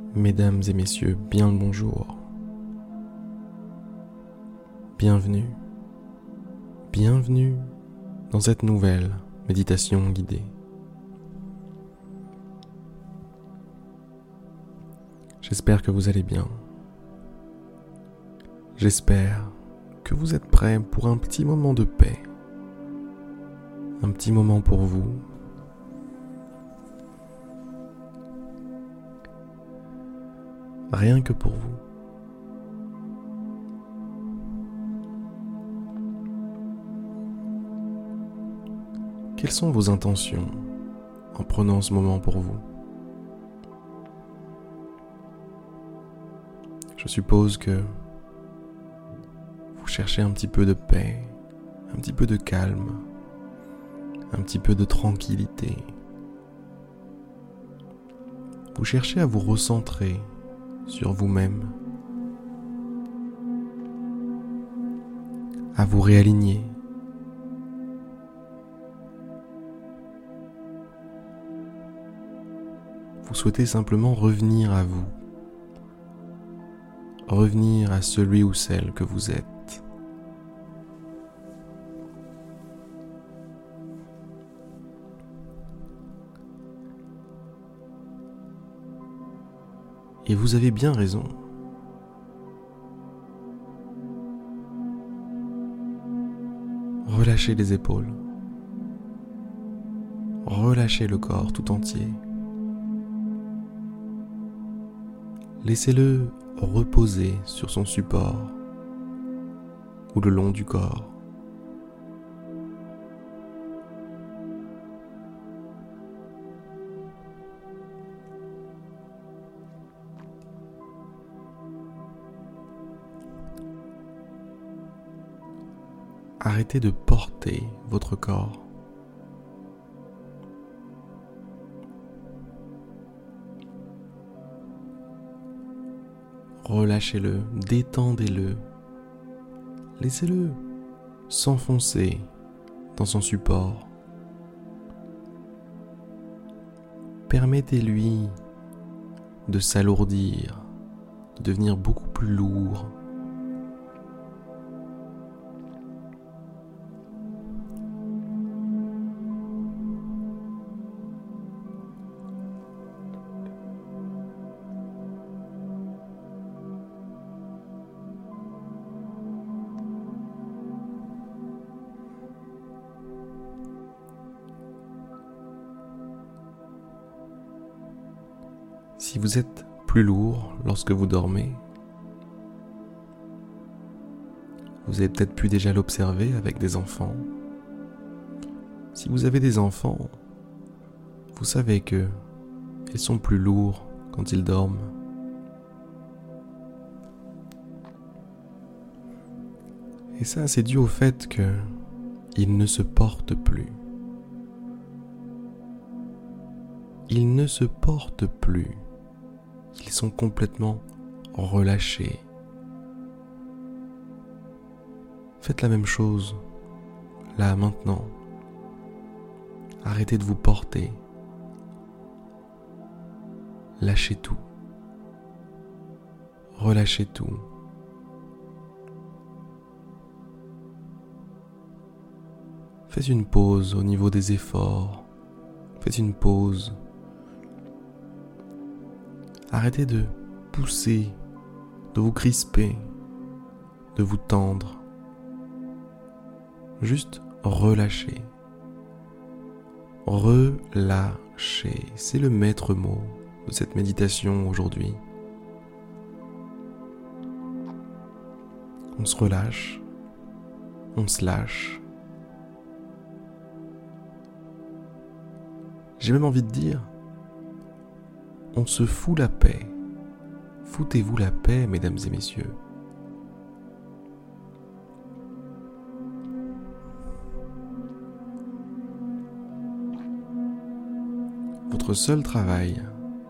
Mesdames et messieurs, bien le bonjour. Bienvenue dans cette nouvelle méditation guidée. J'espère que vous allez bien. J'espère que vous êtes prêts pour un petit moment de paix. Un petit moment pour vous. Rien que pour vous. Quelles sont vos intentions en prenant ce moment pour vous ? Je suppose que vous cherchez un petit peu de paix, un petit peu de calme, un petit peu de tranquillité. Vous cherchez à vous recentrer sur vous-même, à vous réaligner. Vous souhaitez simplement revenir à vous, revenir à celui ou celle que vous êtes. Et vous avez bien raison. Relâchez les épaules. Relâchez le corps tout entier. Laissez-le reposer sur son support ou le long du corps. Arrêtez de porter votre corps. Relâchez-le, détendez-le. Laissez-le s'enfoncer dans son support. Permettez-lui de s'alourdir, de devenir beaucoup plus lourd. Si vous êtes plus lourd lorsque vous dormez, vous avez peut-être pu déjà l'observer avec des enfants. Si vous avez des enfants, vous savez que ils sont plus lourds quand ils dorment. Et ça, c'est dû au fait qu'ils ne se portent plus. Ils ne se portent plus. Ils sont complètement relâchés. Faites la même chose, là, maintenant. Arrêtez de vous porter. Lâchez tout. Relâchez tout. Faites une pause au niveau des efforts. Faites une pause. Arrêtez de pousser, de vous crisper, de vous tendre. Juste relâchez. Relâchez. C'est le maître mot de cette méditation aujourd'hui. On se relâche. On se lâche. J'ai même envie de dire, on se fout la paix. Foutez-vous la paix, mesdames et messieurs. Votre seul travail,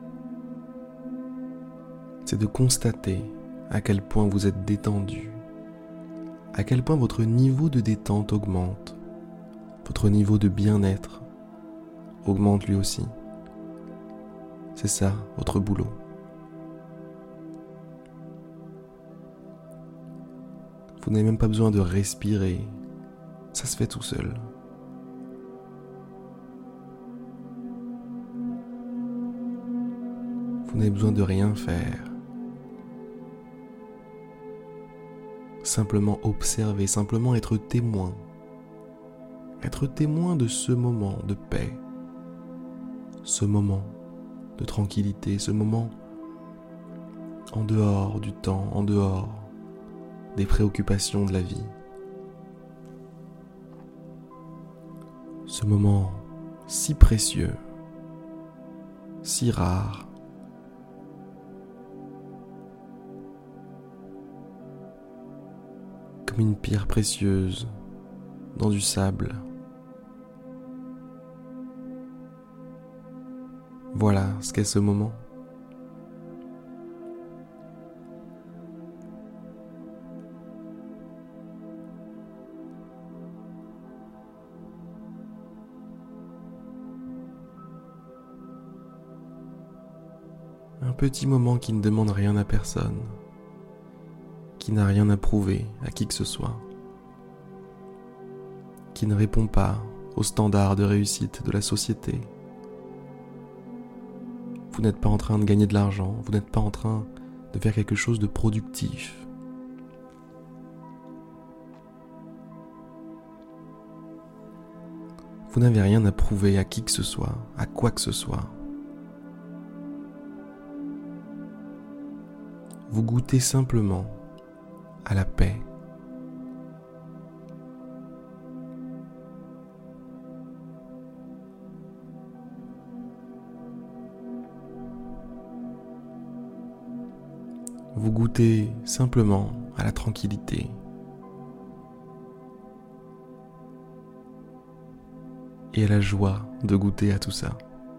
c'est de constater à quel point vous êtes détendu, à quel point votre niveau de détente augmente, votre niveau de bien-être augmente lui aussi. C'est ça, votre boulot. Vous n'avez même pas besoin de respirer. Ça se fait tout seul. Vous n'avez besoin de rien faire. Simplement observer, simplement être témoin. Être témoin de ce moment de paix, ce moment de tranquillité, ce moment en dehors du temps, en dehors des préoccupations de la vie. Ce moment si précieux, si rare, comme une pierre précieuse dans du sable. Voilà ce qu'est ce moment. Un petit moment qui ne demande rien à personne, qui n'a rien à prouver à qui que ce soit, qui ne répond pas aux standards de réussite de la société. Vous n'êtes pas en train de gagner de l'argent, vous n'êtes pas en train de faire quelque chose de productif. Vous n'avez rien à prouver à qui que ce soit, à quoi que ce soit. Vous goûtez simplement à la paix. Vous goûtez simplement à la tranquillité. Et à la joie de goûter à tout ça.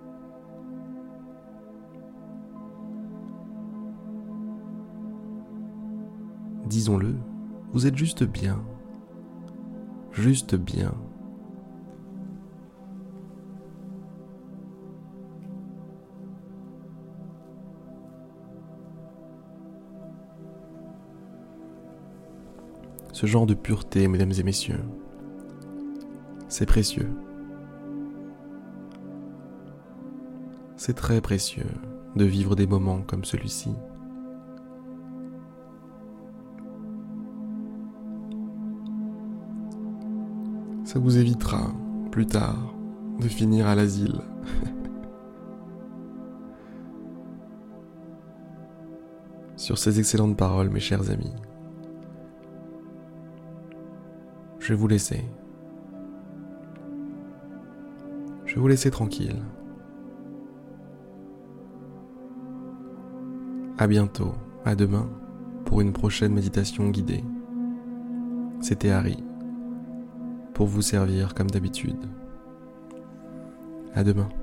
Disons-le, vous êtes juste bien. Juste bien. Ce genre de pureté, mesdames et messieurs, c'est précieux. C'est très précieux de vivre des moments comme celui-ci. Ça vous évitera, plus tard, de finir à l'asile. Sur ces excellentes paroles, mes chers amis, je vais vous laisser. Je vais vous laisser tranquille. À bientôt, à demain, pour une prochaine méditation guidée. C'était Harry, pour vous servir comme d'habitude. À demain.